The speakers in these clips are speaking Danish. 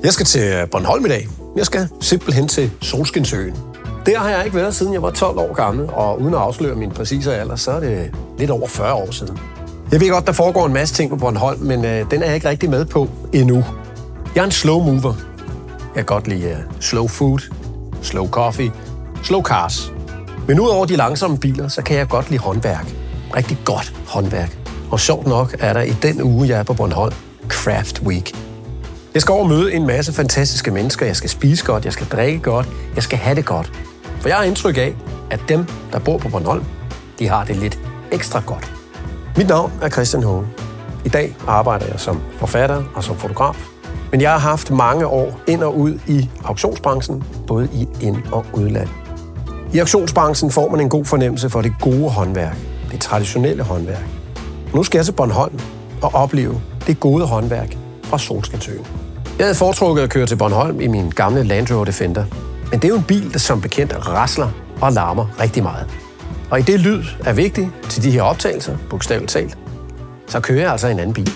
Jeg skal til Bornholm i dag. Jeg skal simpelthen til Solskinsøen. Der har jeg ikke været, siden jeg var 12 år gammel, og uden at afsløre min præcise alder, så er det lidt over 40 år siden. Jeg ved godt, der foregår en masse ting på Bornholm, men den er jeg ikke rigtig med på endnu. Jeg er en slow mover. Jeg kan godt lide slow food, slow coffee, slow cars. Men udover de langsomme biler, så kan jeg godt lide håndværk. Rigtig godt håndværk. Og sjovt nok er der i den uge, jeg er på Bornholm, Craft Week. Jeg skal over møde en masse fantastiske mennesker. Jeg skal spise godt, jeg skal drikke godt, jeg skal have det godt. For jeg har indtryk af, at dem, der bor på Bornholm, de har det lidt ekstra godt. Mit navn er Christian Hågen. I dag arbejder jeg som forfatter og som fotograf. Men jeg har haft mange år ind og ud i auktionsbranchen, både i ind- og udland. I auktionsbranchen får man en god fornemmelse for det gode håndværk, det traditionelle håndværk. Nu skal jeg til Bornholm og opleve det gode håndværk fra Solskinsøen. Jeg havde foretrukket at køre til Bornholm i min gamle Land Rover Defender. Men det er jo en bil, der som bekendt rasler og larmer rigtig meget. Og i det lyd er vigtigt til de her optagelser, bogstaveligt talt, så kører jeg altså en anden bil.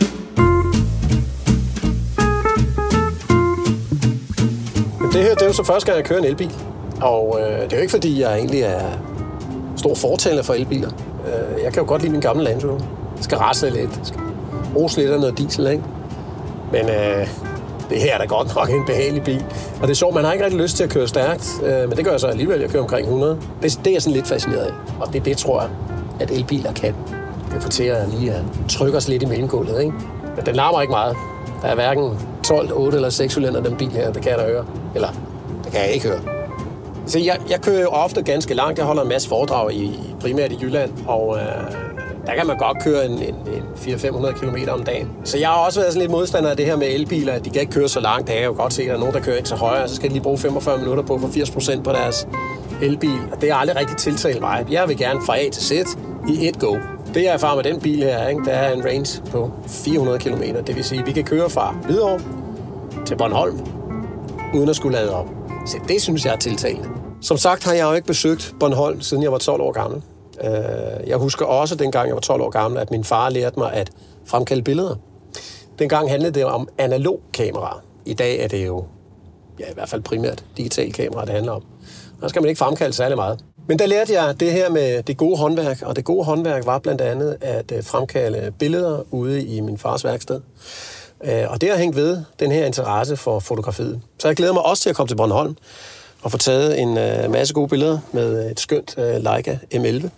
Det her, det er jo så første gang, jeg kører en elbil. Og det er jo ikke, fordi jeg egentlig er stor fortaler for elbiler. Jeg kan jo godt lide min gamle Land Rover. Det skal rasle lidt, det skal rose lidt af noget diesel, ikke? Men det her er da godt nok en behagelig bil. Og det er sjovt, man har ikke rigtig lyst til at køre stærkt, men det gør jeg så alligevel. Jeg kører omkring 100. Det er jeg sådan lidt fascineret af. Og det tror jeg, at elbiler kan. Det får til at lige trykke os lidt i mellemgulvet, ikke? Men den larmer ikke meget. Der er hverken 12, 8 eller 6 cylinder den bil her. Det kan jeg da høre. Eller, det kan jeg ikke høre. Så jeg kører jo ofte ganske langt. Jeg holder en masse foredrag primært i Jylland, og der kan man godt køre en 400-500 km om dagen. Så jeg har også været sådan lidt modstander af det her med elbiler, at de kan ikke køre så langt. Det er jo godt se, at der er nogen, der kører ikke så højere, så skal de lige bruge 45 minutter på at få 80% på deres elbil. Og det er aldrig rigtig tiltalt mig. Jeg vil gerne fra A til Z i et go. Det jeg erfarer med den bil her, ikke? Der er en range på 400 km. Det vil sige, at vi kan køre fra Hvidovre til Bornholm, uden at skulle lade op. Så det synes jeg er tiltalende. Som sagt har jeg jo ikke besøgt Bornholm, siden jeg var 12 år gammel. Jeg husker også, dengang jeg var 12 år gammel, at min far lærte mig at fremkalde billeder. Dengang handlede det om analog kamera. I dag er det jo i hvert fald primært digital kamera, det handler om. Der skal man ikke fremkalde særlig meget. Men der lærte jeg det her med det gode håndværk, og det gode håndværk var blandt andet at fremkalde billeder ude i min fars værksted. Og det har hængt ved den her interesse for fotografiet. Så jeg glæder mig også til at komme til Bornholm og få taget en masse gode billeder med et skønt Leica M11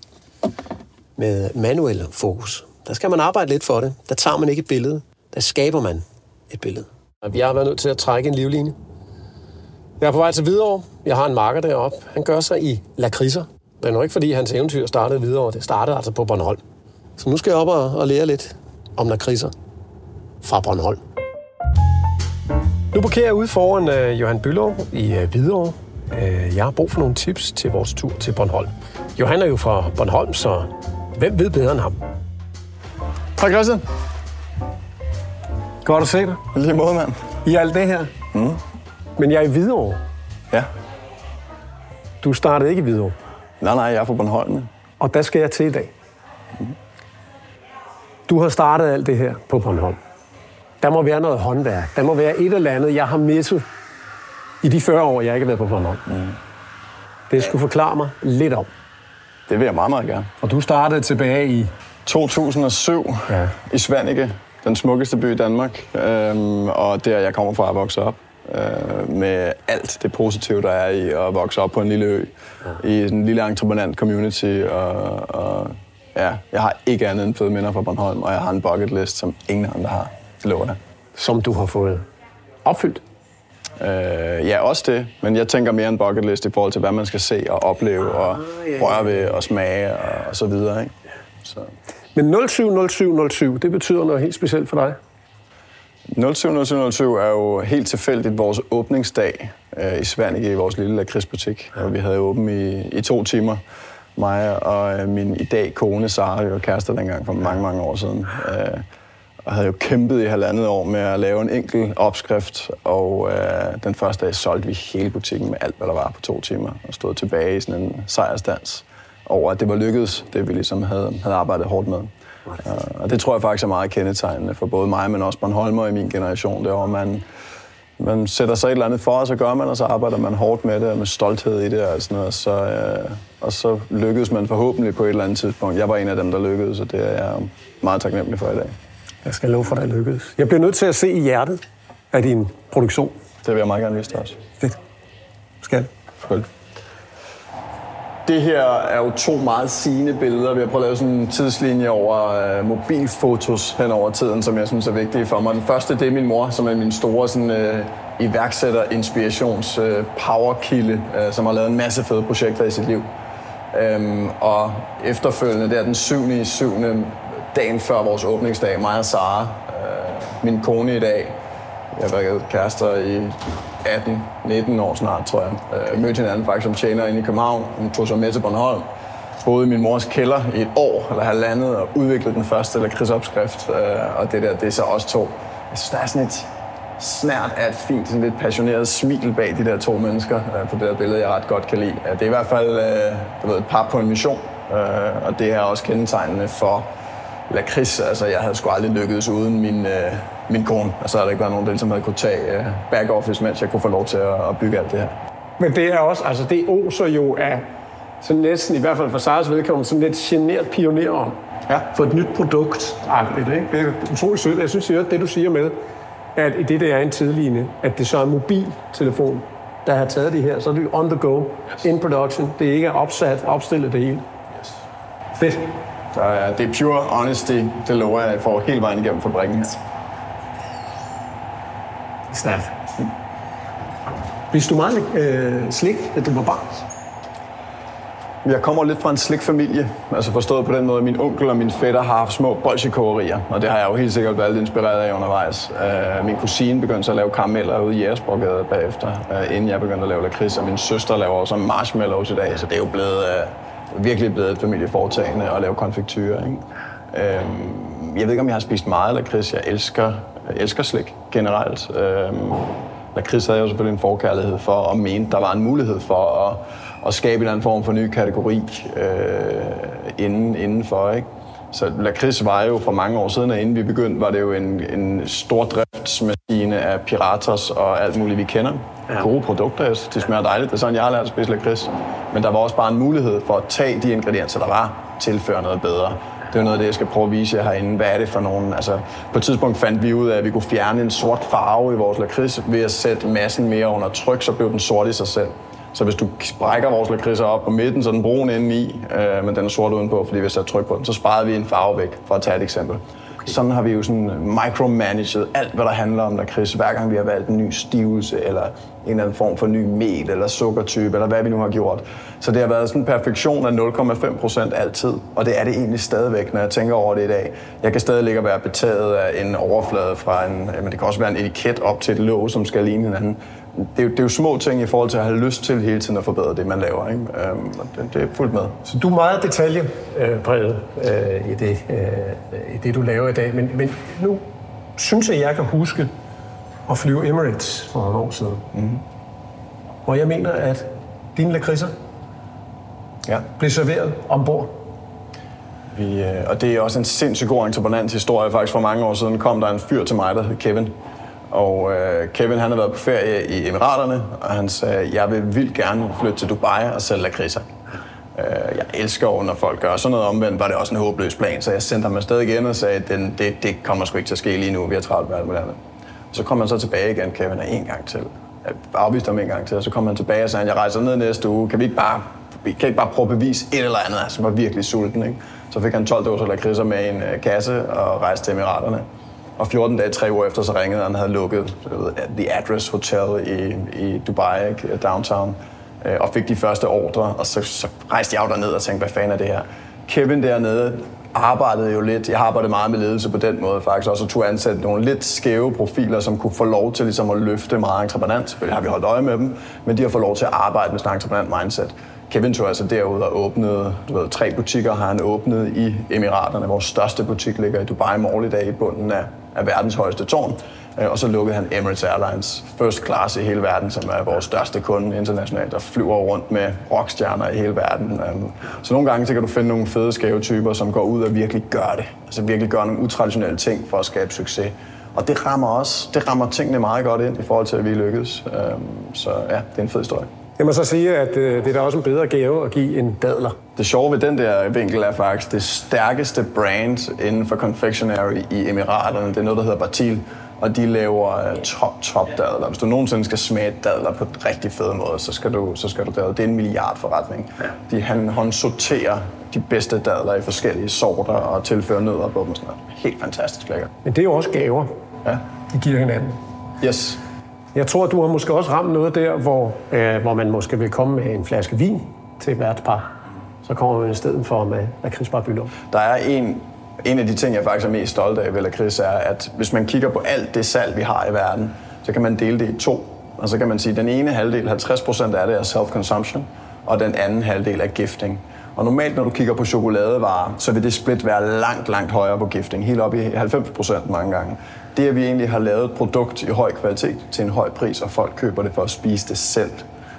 med manuel fokus. Der skal man arbejde lidt for det. Der tager man ikke et billede. Der skaber man et billede. Jeg har været nødt til at trække en livline. Jeg er på vej til Hvidovre. Jeg har en makker deroppe. Han gør sig i lakridser. Det er nok ikke, fordi hans eventyr startede Hvidovre. Det startede altså på Bornholm. Så nu skal jeg op og lære lidt om lakridser fra Bornholm. Nu parkerer jeg ude foran Johan Bülow i Hvidovre. Jeg har brug for nogle tips til vores tur til Bornholm. Johan er jo fra Bornholm, så hvem ved bedre end ham? Hej Christian. Godt at se dig. I lige måde, mand. I alt det her. Mm. Men jeg er i Hvidovre. Ja. Du startede ikke i Hvidovre. Nej, jeg er fra Bornholm. Og der skal jeg til i dag. Mm. Du har startet alt det her på Bornholm. Der må være noget håndværk. Der må være et eller andet, jeg har misset i de 40 år, jeg ikke har været på Bornholm. Mm. Det skulle forklare mig lidt om. Det vil jeg meget, meget gerne. Og du startede tilbage i 2007 i Svanike, den smukkeste by i Danmark. Og der jeg kommer fra at vokse op. Med alt det positive, der er i at vokse op på en lille ø. I en lille entreprenant community. Og ja, jeg har ikke andet end fede minder fra Bornholm, og jeg har en bucket list, som ingen andre har. Det lover jeg. Som du har fået opfyldt? Ja, også det. Men jeg tænker mere en bucket list i forhold til, hvad man skal se og opleve og røre ved og smage og så videre, ikke? Så. Men 070707, det betyder noget helt specielt for dig? 070707 er jo helt tilfældigt vores åbningsdag i Svanike i vores lille lakridsbutik. Og vi havde åben i 2 timer. Mig og min i dag kone Sara, vi var kærester dengang for mange, mange år siden. Og havde jo kæmpet i 1,5 år med at lave en enkelt opskrift, og den første dag solgte vi hele butikken med alt, hvad der var på 2 timer, og stod tilbage i sådan en sejrsdans over, at det var lykkedes, det vi ligesom havde arbejdet hårdt med. Og det tror jeg faktisk er meget kendetegnende for både mig, men også Bornholmer i min generation, det var, man sætter sig et eller andet for, og så gør man, og så arbejder man hårdt med det, og med stolthed i det og sådan noget, og så lykkedes man forhåbentlig på et eller andet tidspunkt. Jeg var en af dem, der lykkedes, og det er jeg meget taknemmelig for i dag. Jeg skal love for, at det lykkedes. Jeg bliver nødt til at se i hjertet af din produktion. Det vil jeg meget gerne vise dig også. Fedt. Skal. Skål. Det her er jo 2 meget sigende billeder. Vi har prøvet at lave sådan en tidslinje over mobilfotos hen over tiden, som jeg synes er vigtige for mig. Den første, det er min mor, som er min store sådan, iværksætter, inspirations, powerkilde, som har lavet en masse fede projekter i sit liv. Og efterfølgende, det er den 7.7. dagen før vores åbningsdag, mig og Sara, min kone i dag. Jeg har været kærester i 18-19 år snart, tror jeg. Mødte hinanden faktisk som tjener inde i København. Hun tog sig med til Bornholm. Boede i min mors kælder i 1 år eller halvandet og udviklede den første lakridsopskrift. Og det er så os 2. Jeg synes, der er sådan et snært af et fint, sådan lidt passioneret smil bag de der 2 mennesker på det der billede, jeg ret godt kan lide. Det er i hvert fald et par på en mission, og det er også kendetegnende for lakrids. Altså, jeg havde sgu aldrig lykkedes uden min kone, og så havde der ikke været nogen del, som havde kunne tage back office, mens jeg kunne få lov til at bygge alt det her. Men det er også, altså det oser jo af sådan næsten, i hvert fald for Saras vedkommende, sådan lidt genert pionerånd for et nyt produkt. Ikke? Det er utroligt sødt. Jeg synes, det du siger med, at i det der er en tidligere, at det så er en mobiltelefon, der har taget det her, så er det on the go, in production. Det er ikke opstillet det hele. Yes. Fedt. Det er pure honesty, det lover jeg får hele vejen igennem fabrikken her. Stærkt. Vidste du meget slik, da du var barn? Jeg kommer lidt fra en slikfamilie, altså forstået på den måde, at min onkel og min fætter har haft små bolsjekogerier, og det har jeg jo helt sikkert været inspireret af undervejs. Min kusine begyndte så at lave karameller ude i Jægersborggade bagefter, inden jeg begyndte at lave lakrids, og min søster laver også marshmallows i dag, så det er jo virkelig blevet et familieforetagende at lave konfektyrer. Ikke? Jeg ved ikke, om jeg har spist meget lakrids. Jeg elsker slik generelt. Lakrids havde jeg jo selvfølgelig en forkærlighed for, og mente, der var en mulighed for at skabe en eller anden form for ny kategori indenfor. Ikke? Så lakrids var jo for mange år siden, og inden vi begyndte, var det jo en stor driftsmaskine af piratos og alt muligt, vi kender. Ja. Gode produkter, de smager dejligt. Det er sådan, jeg har lært at spise lakrids. Men der var også bare en mulighed for at tage de ingredienser, der var, tilføre noget bedre. Det er noget af det, jeg skal prøve at vise jer herinde. Hvad er det for nogen? Altså, på et tidspunkt fandt vi ud af, at vi kunne fjerne en sort farve i vores lakrids ved at sætte massen mere under tryk, så blev den sort i sig selv. Så hvis du brækker vores lakridser op på midten, så er den brun indeni, men den er sort udenpå, fordi vi har sat tryk på den, så sparede vi en farve væk, for at tage et eksempel. Okay. Sådan har vi jo sådan micromanaged alt, hvad der handler om lakrids, hver gang vi har valgt en ny stivelse, eller en eller anden form for ny mel, eller sukkertype, eller hvad vi nu har gjort. Så det har været sådan en perfektion af 0,5% altid, og det er det egentlig stadigvæk, når jeg tænker over det i dag. Jeg kan stadig ligge og være betaget af en overflade fra men det kan også være en etiket op til et låg, som skal ligne hinanden. Det er jo små ting i forhold til at have lyst til hele tiden at forbedre det, man laver. Ikke? Det er fuldt med. Så du er meget detaljepræget i det, du laver i dag. Men nu synes jeg kan huske at flyve Emirates for nogle år siden. Mm-hmm. Hvor jeg mener, at dine lakridser blev serveret ombord. Og det er også en sindssygt god entreprenant-historie. Faktisk for mange år siden kom der en fyr til mig, der hed Kevin. Og Kevin han har været på ferie i Emiraterne, og han sagde, jeg vil vildt gerne flytte til Dubai og sælge lakridser. Jeg elsker jo, når folk gør sådan noget. Omvendt var det også en håbløs plan, så jeg sendte ham afsted igen og sagde, det kommer sgu ikke til at ske lige nu, vi har travlt med alt muligt andet. Så kom han så tilbage igen, Kevin, en gang til. Jeg afviste ham en gang til, og så kom han tilbage og sagde, jeg rejser ned næste uge, kan vi ikke bare prøve at bevise et eller andet, altså var virkelig sulten, ikke? Så fik han 12 dåser lakridser med en kasse og rejste til Emiraterne. Og 14 dage, 3 uger efter, så ringede han havde lukket The Address Hotel i Dubai, downtown, og fik de første ordre. Og så rejste jeg jo derned og tænkte, hvad fanden er det her? Kevin dernede arbejdede jo lidt. Jeg har arbejdet meget med ledelse på den måde faktisk, også at tog ansætte nogle lidt skæve profiler, som kunne få lov til ligesom at løfte meget entreprenant. Selvfølgelig har vi holdt øje med dem, men de har fået lov til at arbejde med sådan en entreprenant mindset. Kevin tog altså derud og åbnede, 3 butikker har han åbnet i Emiraterne. Vores største butik ligger i Dubai Mall i dag i bunden af verdens højeste tårn. Og så lukkede han Emirates Airlines, first class i hele verden, som er vores største kunde internationalt, der flyver rundt med rockstjerner i hele verden. Så nogle gange så kan du finde nogle fede skæve typer, som går ud og virkelig gør det. Altså virkelig gør nogle utraditionelle ting for at skabe succes. Og det rammer tingene meget godt ind i forhold til, at vi lykkedes. Så ja, det er en fed historie. Jeg må så sige, at det er da også en bedre gave at give en dadler. Det sjove ved den der vinkel er faktisk, det stærkeste brand inden for confectionery i Emiraterne, det er noget, der hedder Bartil, og de laver top dadler. Hvis du nogensinde skal smage dadler på en rigtig fed måde, så skal du dadler. Det er en milliardforretning. Han sorterer de bedste dadler i forskellige sorter og tilfører nødder på dem. Sådan noget. Helt fantastisk lækkert. Men det er jo også gaver, de giver hinanden. Yes. Jeg tror, du har måske også ramt noget der, hvor man måske vil komme med en flaske vin til et værtspar. Så kommer man i stedet for med lakridsparfyller. Der er en af de ting, jeg faktisk er mest stolt af ved lakrids, er, at hvis man kigger på alt det salg, vi har i verden, så kan man dele det i to. Og så kan man sige, at den ene halvdel, 50% af det er self-consumption, og den anden halvdel er gifting. Og normalt, når du kigger på chokoladevarer, så vil det split være langt, langt højere på gifting. Helt op i 90% mange gange. Det, at vi egentlig har lavet et produkt i høj kvalitet til en høj pris, og folk køber det for at spise det selv,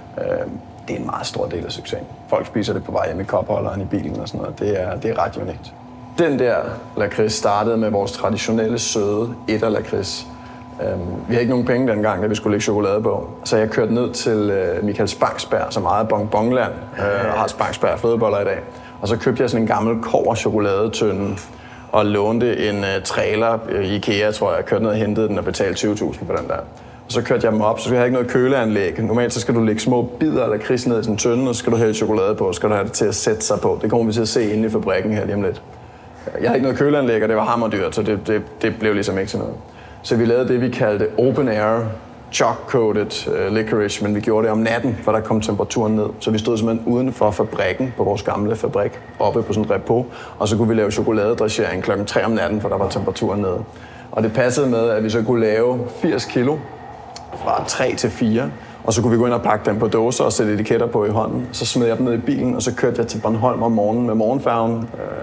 det er en meget stor del af succesen. Folk spiser det på vej hjem i kopholderen i bilen og sådan noget. Det er ret unikt. Den der lakrids startede med vores traditionelle søde etter-lakrids. Vi havde ikke nogen penge dengang, da vi skulle lægge chokolade på. Så jeg kørte ned til Michael Spangsberg, som ejede Bonbonland, og har Spangsberg flødeboller i dag. Og så købte jeg sådan en gammel kobberchokoladetønde og lånte en trailer i IKEA, tror jeg. Kørte ned og hentede den og betalte 20.000 for den der. Og så kørte jeg dem op, så jeg havde ikke noget køleanlæg. Normalt så skal du lægge små bidder eller lakrids ned i sådan en tønde, og så skal du hælde chokolade på, og så skal du have det til at sætte sig på. Det kommer vi til at se inde i fabrikken her lige om lidt. Jeg havde ikke noget køleanlæg, og det var hammerdyrt, så det blev ligesom ikke til noget. Så vi lavede det, vi kaldte open air choc-coated licorice, men vi gjorde det om natten, for der kom temperaturen ned. Så vi stod simpelthen uden for fabrikken, på vores gamle fabrik, oppe på sådan et repos, og så kunne vi lave chokoladedressering klokken 3 om natten, for der var temperaturen nede. Og det passede med, at vi så kunne lave 80 kilo fra 3 til 4, og så kunne vi gå ind og pakke dem på dåser og sætte etiketter på i hånden. Så smed jeg dem ned i bilen, og så kørte jeg til Bornholm om morgenen med morgenfærgen.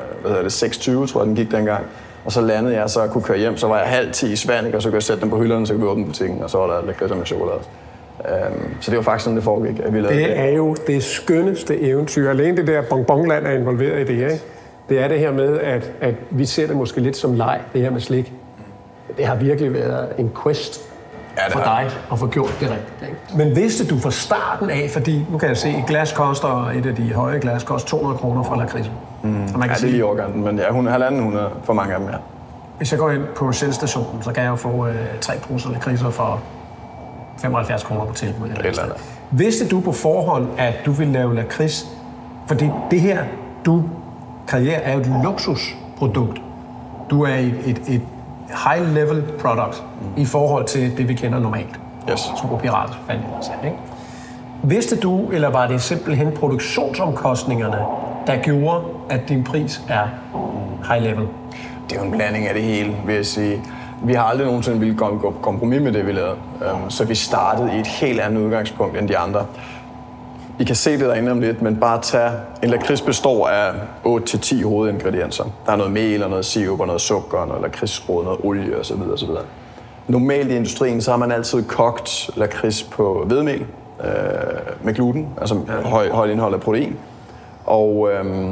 6:20, tror jeg, den gik dengang. Og så landede jeg, så jeg kunne køre hjem. Så var jeg 9:30 i Svanike, og så kunne jeg sætte dem på hylderne, så kunne vi åbne butikken, og så var der lakridser med chokolade. Så det var faktisk sådan, det foregik, at vi lavede det. Det er jo det skønneste eventyr. Alene det der Bonbonland er involveret i det her, ikke? Det er det her med, at vi ser det måske lidt som leg, det her med slik. Det har virkelig været en quest for dig at få gjort det rigtigt. Ikke? Men vidste du fra starten af, fordi nu kan jeg se, et glas koster, et af de høje glas koster 200 kroner fra lakridsen. Det er lige overgangen, men ja, 150 for mange af dem, ja. Hvis jeg går ind på selvstationen, så kan jeg jo få 3 poser lakridser for 75 kroner på tilbud. Vidste du på forhånd, at du ville lave lakrids? Fordi det her, du kreerer, er jo et luksusprodukt. Du er et high-level product i forhold til det, vi kender normalt. Yes. Superpirat, ikke? Vidste du, eller var det simpelthen produktionsomkostningerne, der gjorde, at din pris er high-level? Det er jo en blanding af det hele, vil jeg sige. Vi har aldrig nogensinde ville gå kompromis med det, vi lavede. Så vi startede i et helt andet udgangspunkt end de andre. I kan se det derinde om lidt, men bare tag. En lakrids består af 8-10 hovedingredienser. Der er noget mel og noget sirup og noget sukker og noget lakridsrod, noget olie osv. osv. Normalt i industrien, så har man altid kogt lakrids på hvedemel med gluten, altså højt indhold af protein. Og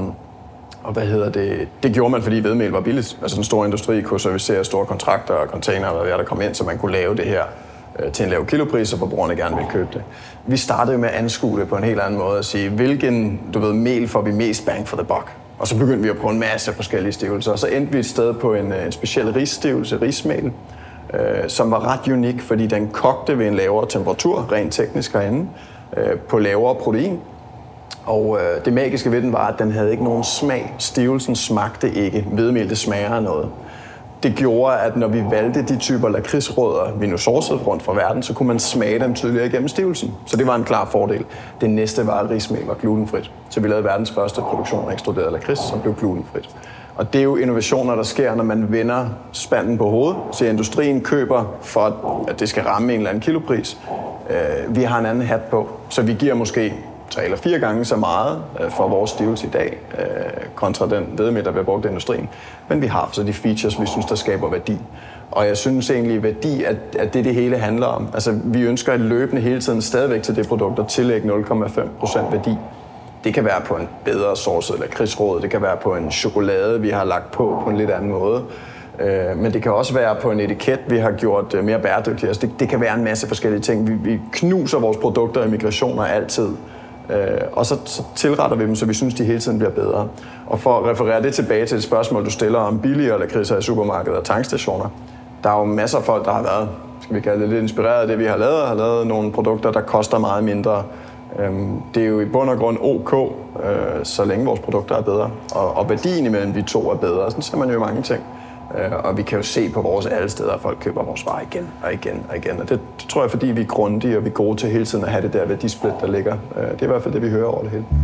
det gjorde man, fordi hvedemel var billigt. Altså den store industri kunne servicere store kontrakter og container, og hvad der kom ind, så man kunne lave det her til en lav kilopris, og forbrugerne gerne ville købe det. Vi startede med at anskue det på en helt anden måde og sige, hvilken mel får vi mest bang for the buck? Og så begyndte vi at prøve en masse forskellige stivelse, og så endte vi et sted på en speciel risstivelse, rismel, som var ret unik, fordi den kogte ved en lavere temperatur, rent teknisk herinde, på lavere protein. Og det magiske ved den var, at den havde ikke nogen smag. Stivelsen smagte ikke. Hvedemel, det smager af noget. Det gjorde, at når vi valgte de typer lakridsrødder, vi nu sourcede rundt fra verden, så kunne man smage dem tydeligere igennem stivelsen. Så det var en klar fordel. Det næste var, at rismel var glutenfrit. Så vi lavede verdens første produktion af ekstruderet lakrids, som blev glutenfrit. Og det er jo innovationer, der sker, når man vender spanden på hovedet. Så industrien køber for, at det skal ramme en eller anden kilopris. Vi har en anden hat på, så vi giver måske 3 eller 4 gange så meget for vores stivelse i dag, kontra den hvedemel, der bliver brugt i industrien. Men vi har så de features, vi synes, der skaber værdi. Og jeg synes egentlig, værdi at det hele handler om. Altså, vi ønsker at løbende hele tiden stadigvæk til det produkt og tillægge 0,5% værdi. Det kan være på en bedre sourcet lakridsrod, det kan være på en chokolade, vi har lagt på en lidt anden måde. Men det kan også være på en etiket, vi har gjort mere bæredygtigt. Altså det kan være en masse forskellige ting. Vi knuser vores produkter i migrationer altid. Og så tilretter vi dem, så vi synes, de hele tiden bliver bedre. Og for at referere det tilbage til et spørgsmål, du stiller om billigere lakridser i supermarkeder og tankstationer. Der er jo masser af folk, der har været, skal vi kalde det, lidt inspireret af det, vi har lavet nogle produkter, der koster meget mindre. Det er jo i bund og grund OK, så længe vores produkter er bedre. Og værdien imellem de to er bedre. Sådan ser man jo mange ting. Og vi kan jo se på vores alle steder, at folk køber vores varer igen og igen og igen. Og det tror jeg, fordi vi er grundige, og vi er gode til hele tiden at have det der værdisplit, der ligger. Det er i hvert fald det, vi hører over det hele.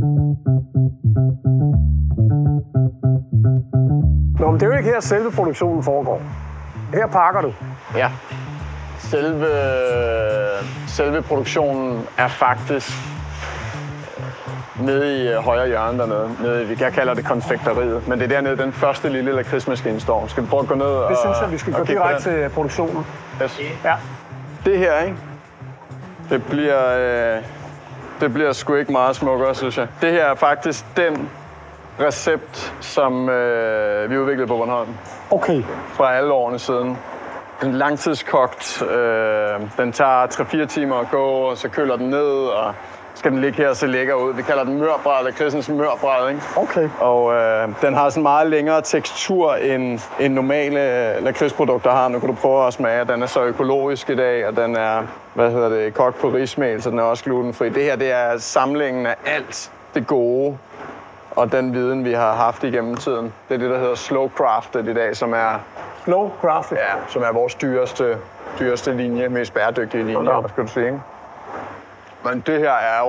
Nå, men det er jo ikke her, selve produktionen foregår. Her pakker du. Ja. Selve produktionen er faktisk nede i højre hjørne dernede. Jeg kalder det konfekteriet, men det er dernede, den første lille lakridsmaskine står. Skal vi prøve at gå ned og... Det synes jeg, vi skal gå direkte til produktionen. Yes. Ja. Det her, ikke? Det bliver sgu ikke meget smukkere, synes jeg. Det her er faktisk den recept, som vi udviklede på Bornholm. Okay. Fra alle årene siden. Den er langtidskogt. Den tager 3-4 timer at gå, og så køler den ned, og skal den ligge her og se lækker ud. Vi kalder den mørbræd, lakridsens mørbræd, ikke? Okay. Og den har sådan meget længere tekstur end normale lakridsprodukter har. Nu kan du prøve at smage. Den er så økologisk i dag, og den er, kogt på rismel, så den er også glutenfri. Det her, det er samlingen af alt det gode og den viden, vi har haft igennem tiden. Det er det, der hedder slow crafted i dag, som er... Slow crafted? Ja, som er vores dyreste linje, mest bæredygtige linje, hvad skal du sige, ikke? Men det her er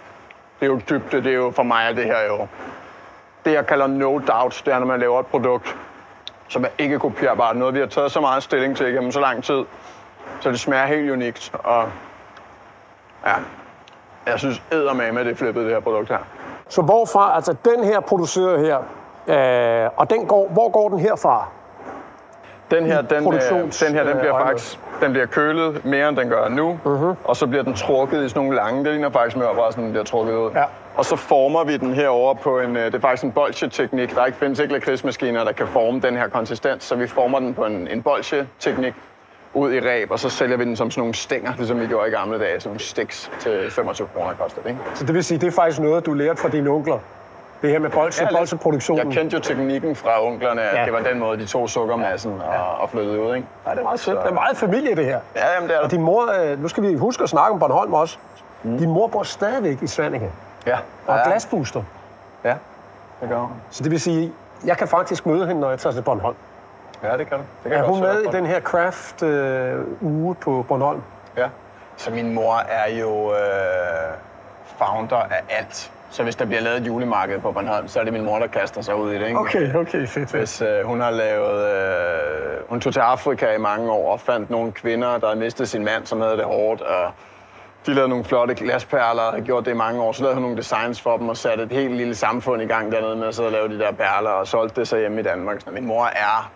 jo dybde, det er jo for mig, det her er jo... Det, jeg kalder no doubt, det er, når man laver et produkt, som er ikke kopierbart. Noget, vi har taget så meget stilling til igennem så lang tid, så det smager helt unikt. Og ja, jeg synes eddermame, det er flippet, det her produkt her. Så hvorfra, altså den her producerer her, og hvor går den herfra? Den bliver faktisk kølet mere, end den gør nu, og så bliver den trukket i sådan nogle lange, det ligner faktisk mørbræd, sådan den bliver trukket ud. Ja. Og så former vi den herover på det er faktisk en bolsjeteknik. Der findes ikke lakridsmaskiner, der kan forme den her konsistens, så vi former den på en bolsjeteknik ud i reb, og så sælger vi den som sådan nogle stænger, ligesom vi gjorde i gamle dage, sådan nogle sticks til 25 kroner koster det, ikke? Så det vil sige, det er faktisk noget, du lærte fra dine onkler? Det her med bolsjeproduktionen? Jeg kendte jo teknikken fra onklerne, at det var den måde, de tog sukkermassen og flyttede ud, ikke? Ja, det er meget sødt. Det er meget familie, det her. Ja, jamen det er det. Og din mor, nu skal vi huske at snakke om Bornholm også. Din mor bor stadigvæk i Svaneke. Ja. Og glasbooster. Ja, det gør hun. Så det vil sige, jeg kan faktisk møde hende, når jeg tager til Bornholm. Ja, det kan du. Det kan er hun med i den her craft-uge på Bornholm? Ja. Så min mor er jo founder af alt. Så hvis der bliver lavet et julemarked på Bornholm, så er det min mor, der kaster sig ud i det, ikke? Okay, fedt. Hvis hun har lavet... hun tog til Afrika i mange år og fandt nogle kvinder, der havde mistet sin mand, som havde det hårdt, og de lavede nogle flotte glasperler og havde gjort det i mange år. Så lavede hun nogle designs for dem og satte et helt lille samfund i gang dernede med at sidde og lave de der perler og solgte det så hjemme i Danmark. Så min mor er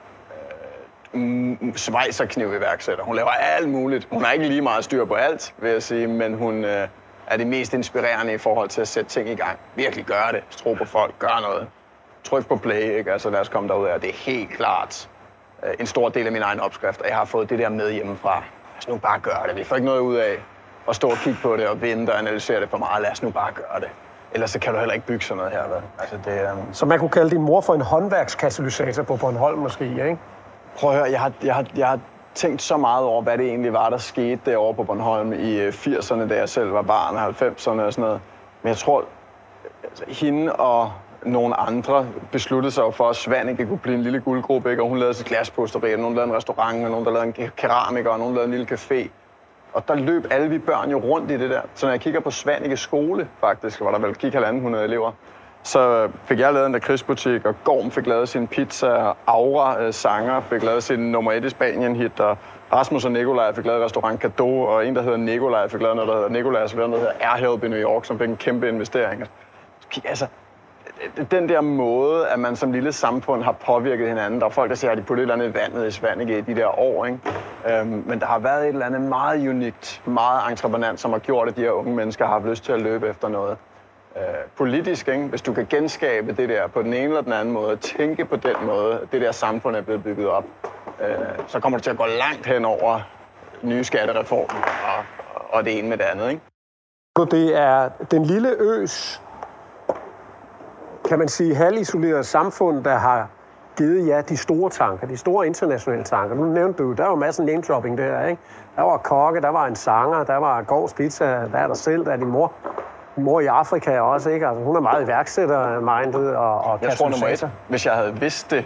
svejserkniv-iværksætter. Hun laver alt muligt. Hun har ikke lige meget styr på alt, vil jeg sige, men hun er det mest inspirerende i forhold til at sætte ting i gang. Virkelig gøre det. Tro på folk. Gør noget. Tryk på play, ikke? Altså lad os komme derud af. Det er helt klart en stor del af min egen opskrift, og jeg har fået det der med hjemmefra. Lad os nu bare gøre det. Vi får ikke noget ud af at stå og kigge på det og vente og analysere det for meget. Lad os nu bare gøre det. Ellers så kan du heller ikke bygge sådan noget her. Vel? Altså, det, Så man kunne kalde din mor for en håndværkskatalysator på Bornholm måske, ikke? Prøv at høre, jeg har tænkt så meget over, hvad det egentlig var, der skete derovre på Bornholm i 80'erne, da jeg selv var barn, og 90'erne og sådan noget. Men jeg tror, altså, hende og nogle andre besluttede sig for, at Svaneke kunne blive en lille guldgruppe, ikke? Og hun lavede sit glasposteri, og nogen lavede en restaurant, og nogen der lavede en keramiker, og nogen lavede en lille café. Og der løb alle vi børn jo rundt i det der. Så når jeg kigger på Svaneke skole, faktisk, var der vel 1.500 elever, så fik jeg lavet en lakridsbutik, og Gorm fik lavet sin pizza, og Aura sanger fik lavet sin nummer 1 i Spanien-hit, og Rasmus og Nikolaj fik lavet restaurant Cadeau, og en, der hedder Nikolaj, fik lavet noget, der hedder Nikolaj, så noget, der hedder Airhelp i New York, som fik en kæmpe investering. Altså, den der måde, at man som lille samfund har påvirket hinanden. Der er folk, der siger, at de putter et eller andet vandet i Svaneke i de der år, ikke? Men der har været et eller andet meget unikt, meget entreprenant, som har gjort, at de her unge mennesker har haft lyst til at løbe efter noget. politisk, ikke? Hvis du kan genskabe det der på den ene eller den anden måde, tænke på den måde, det der samfund er blevet bygget op, så kommer du til at gå langt hen over nye skattereformer og det ene med det andet, ikke? Det er den lille øs, kan man sige, halvisoleret samfund, der har givet jer de store tanker, de store internationale tanker. Nu nævnte du, der var masser af name-dropping der, ikke? Der var kokke, der var en sanger, der var Gårds Pizza, der er der selv, der er din mor. Din mor i Afrika også, ikke? Altså, hun er meget iværksætter-minded og jeg tror nummer 1, hvis jeg havde vidst det,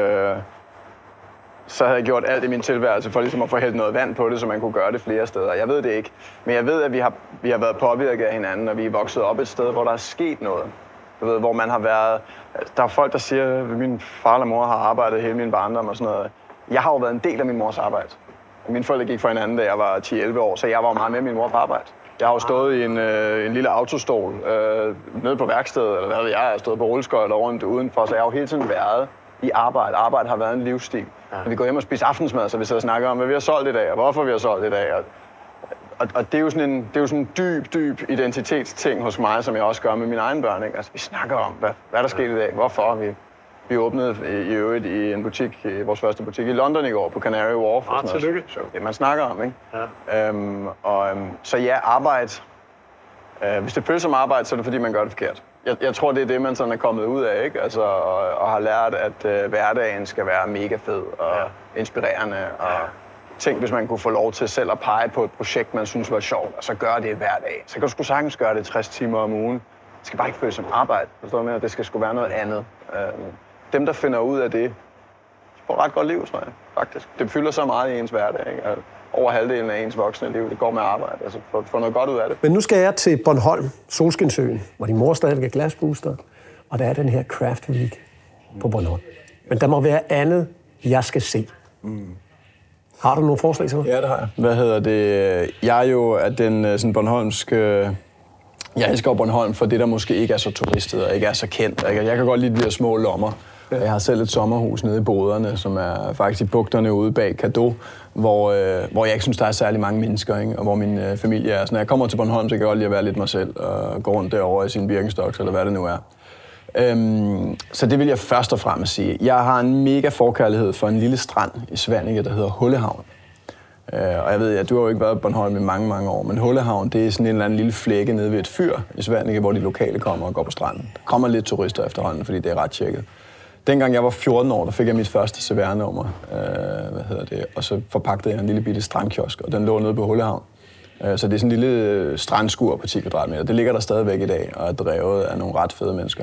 så havde jeg gjort alt i min tilværelse for ligesom at få hældt noget vand på det, så man kunne gøre det flere steder. Jeg ved det ikke, men jeg ved, at vi har været påvirket af hinanden, og vi er vokset op et sted, hvor der er sket noget. Du ved, hvor man har været... Der er folk, der siger, at min far eller mor har arbejdet hele min barndom og sådan noget. Jeg har jo været en del af min mors arbejde. Mine forældre gik for hinanden, da jeg var 10-11 år, så jeg var meget med min mor på arbejde. Jeg har jo stået i en lille autostol nede på værkstedet, eller hvad ved jeg har stået på rulleskøjter rundt udenfor, så jeg har jo hele tiden været i arbejde. Arbejde har været en livsstil. Når vi går hjem og spiser aftensmad, så vi sidder og snakker om, hvad vi har solgt i dag, og hvorfor vi har solgt i dag. Og det er jo sådan en dyb identitetsting hos mig, som jeg også gør med mine egne børn. Ikke? Altså, vi snakker om, hvad der skete i dag, hvorfor. Vi åbnede i øvrigt i en butik, vores første butik i London i går, på Canary Wharf. Tillykke. Så det man snakker om, ikke? Ja. Så ja, arbejde. Hvis det føles som arbejde, så er det fordi, man gør det forkert. Jeg tror, det er det, man sådan er kommet ud af, ikke? Altså, og har lært, at hverdagen skal være mega fed og inspirerende. Og tænk, hvis man kunne få lov til selv at pege på et projekt, man synes var sjovt, og så gøre det hver dag. Så kan du sgu sagtens gøre det 60 timer om ugen. Det skal bare ikke føles som arbejde. Forstår du, hvad? Det skal sgu være noget andet. Dem, der finder ud af det, får ret godt liv, tror jeg, faktisk. Det fylder så meget i ens hverdag, ikke? Over halvdelen af ens voksne liv, det går med arbejde. Altså, få noget godt ud af det. Men nu skal jeg til Bornholm, Solskinsøen, hvor din mor stadigvæk er glasbooster, og der er den her Craft Week på Bornholm. Men der må være andet, jeg skal se. Har du nogle forslag til mig? Ja, det har jeg. Jeg er jo af den sådan bornholmske... Jeg elsker Bornholm for det, der måske ikke er så turistet og ikke er så kendt. Jeg kan godt lide de her små lommer. Ja. Jeg har selv et sommerhus nede i Boderne, som er faktisk i bugterne ude bag Cadeau, hvor jeg ikke synes, der er særlig mange mennesker, ikke? Og hvor min familie er. Så når jeg kommer til Bornholm, så kan jeg godt lide at være lidt mig selv og gå rundt derovre i sin Birkenstocks, eller hvad det nu er. Så det vil jeg først og fremmest sige. Jeg har en mega forkærlighed for en lille strand i Svanike, der hedder Hullehavn. Og jeg ved, at du har jo ikke været på Bornholm i mange, mange år, men Hullehavn, det er sådan en eller anden lille flække nede ved et fyr i Svanike, hvor de lokale kommer og går på stranden. Der kommer lidt turister efterhånden, fordi det er ret tjekket. Dengang jeg var 14 år, der fik jeg mit første CVR-nummer, og så forpagtede jeg en lille bitte strandkiosk, og den lå nede på Hullehavn. Så det er sådan en lille strandskur på 10 kvadratmeter. Det ligger der stadigvæk i dag, og er drevet af nogle ret fede mennesker.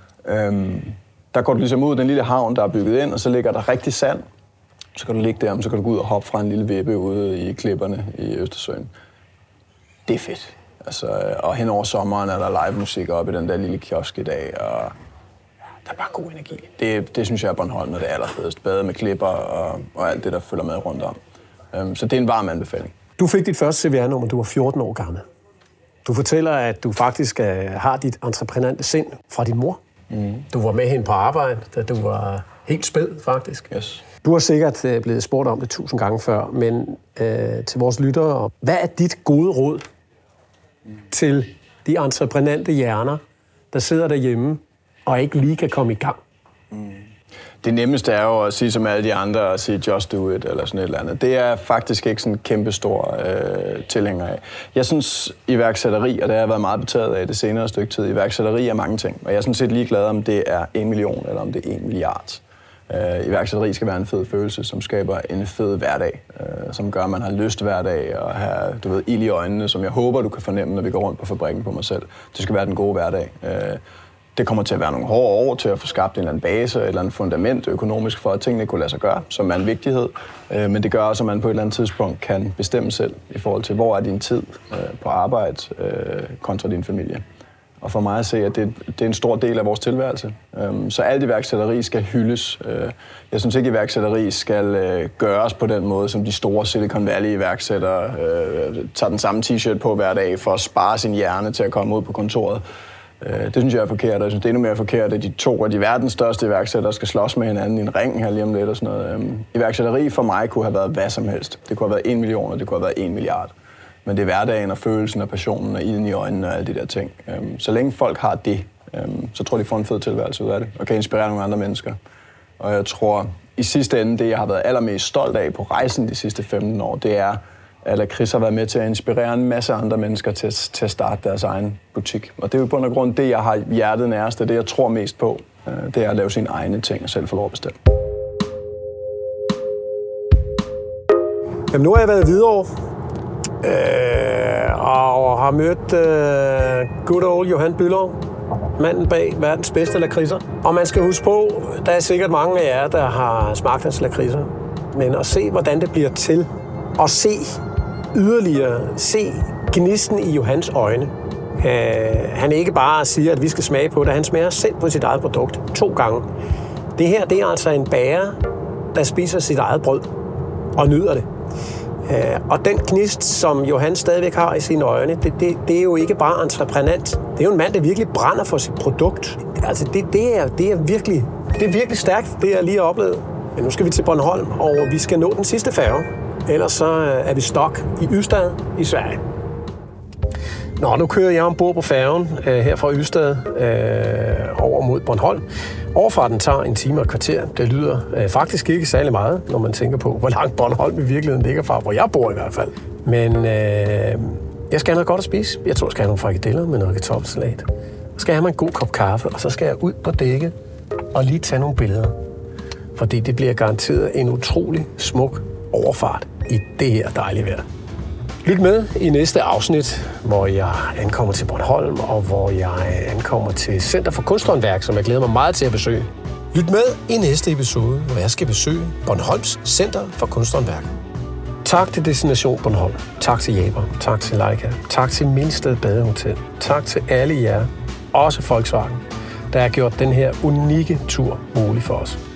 Der går du ligesom ud den lille havn, der er bygget ind, og så ligger der rigtig sand. Så kan du ligge der, og så kan du gå ud og hoppe fra en lille vippe ude i klipperne i Østersøen. Det er fedt. Altså, og hen over sommeren er der live musik oppe i den der lille kiosk i dag, og der er bare god energi. Det synes jeg er Bornholm, når det er allerfedest. Bade med klipper og alt det, der følger med rundt om. Så det er en varm anbefaling. Du fik dit første CVR-nummer, du var 14 år gammel. Du fortæller, at du faktisk har dit entreprenante sind fra din mor. Du var med hende på arbejde, da du var helt spæd, faktisk. Yes. Du har sikkert blevet spurgt om det 1000 gange før, men til vores lyttere, hvad er dit gode råd til de entreprenante hjerner, der sidder derhjemme og ikke lige kan komme i gang? Det nemmeste er jo at sige som alle de andre, at sige just do it, eller sådan et eller andet. Det er faktisk ikke sådan en kæmpe stor tilhænger af. Jeg synes, iværksætteri, og det har jeg været meget betaget af det senere stykke tid, iværksætteri er mange ting. Og jeg er sådan set ligeglad, om det er 1 million, eller om det er 1 milliard. Iværksætteri skal være en fed følelse, som skaber en fed hverdag, som gør, at man har lyst hver dag og have, ild i øjnene, som jeg håber, du kan fornemme, når vi går rundt på fabrikken på mig selv. Det skal være den gode hverdag. Det kommer til at være nogle hårde år til at få skabt en eller anden base, et eller andet fundament økonomisk for, at tingene kunne lade sig gøre, som er en vigtighed. Men det gør også, at man på et eller andet tidspunkt kan bestemme selv i forhold til, hvor er din tid på arbejde kontra din familie. Og for mig at se, at det er en stor del af vores tilværelse. Så alt iværksætteri skal hyldes. Jeg synes ikke, at iværksætteri skal gøres på den måde, som de store Silicon Valley-iværksættere tager den samme t-shirt på hver dag for at spare sin hjerne til at komme ud på kontoret. Det synes jeg er forkert, og jeg synes, det er endnu mere forkert, at de to af de verdens største iværksættere skal slås med hinanden i en ring her lige om lidt og sådan noget. Iværksætteri for mig kunne have været hvad som helst. Det kunne have været 1 million, og det kunne have været 1 milliard. Men det er hverdagen og følelsen og passionen og ilden i øjnene og alle de der ting. Så længe folk har det, så tror de får en fed tilværelse ud af det, og kan inspirere nogle andre mennesker. Og jeg tror, i sidste ende, det jeg har været allermest stolt af på rejsen de sidste 15 år, det er, at Lakrids har været med til at inspirere en masse andre mennesker til at starte deres egen butik. Og det er jo på grund af grund det, jeg har hjertet nærmest, det jeg tror mest på, det er at lave sine egne ting og selv få lov at bestemme. Jamen, nu har jeg været i Hvidovre, og har mødt good old Johan Bülow, manden bag verdens bedste lakridser. Og man skal huske på, der er sikkert mange af jer, der har smagt hans lakridser. Men at se, hvordan det bliver til, og se yderligere, se gnisten i Johans øjne. Han ikke bare siger, at vi skal smage på det, han smager selv på sit eget produkt 2 gange. Det her, det er altså en bager, der spiser sit eget brød og nyder det. Og den gnist, som Johan stadigvæk har i sine øjne, det er jo ikke bare entreprenant. Det er jo en mand, der virkelig brænder for sit produkt. Altså, det er virkelig stærkt, det jeg lige har oplevet. Men nu skal vi til Bornholm, og vi skal nå den sidste færge. Ellers så er vi stok i Ystad i Sverige. Nå, nu kører jeg ombord på færgen her fra Ystad over mod Bornholm. Overfarten tager 1 time og et kvarter. Det lyder faktisk ikke særlig meget, når man tænker på, hvor langt Bornholm i virkeligheden ligger fra, hvor jeg bor i hvert fald. Men jeg skal have noget godt at spise. Jeg tror, jeg skal have nogle frikadeller med noget kartoffelsalat. Så skal jeg have mig en god kop kaffe, og så skal jeg ud på dækket og lige tage nogle billeder. Fordi det bliver garanteret en utrolig smuk overfart i det her dejlige vejr. Lyt med i næste afsnit, hvor jeg ankommer til Bornholm, og hvor jeg ankommer til Center for Kunsthåndværk, som jeg glæder mig meget til at besøge. Lyt med i næste episode, hvor jeg skal besøge Bornholms Center for Kunsthåndværk. Tak til Destination Bornholm. Tak til Jaber. Tak til Leica. Tak til Milsted Badehotel. Tak til alle jer, også Volkswagen, der har gjort den her unikke tur mulig for os.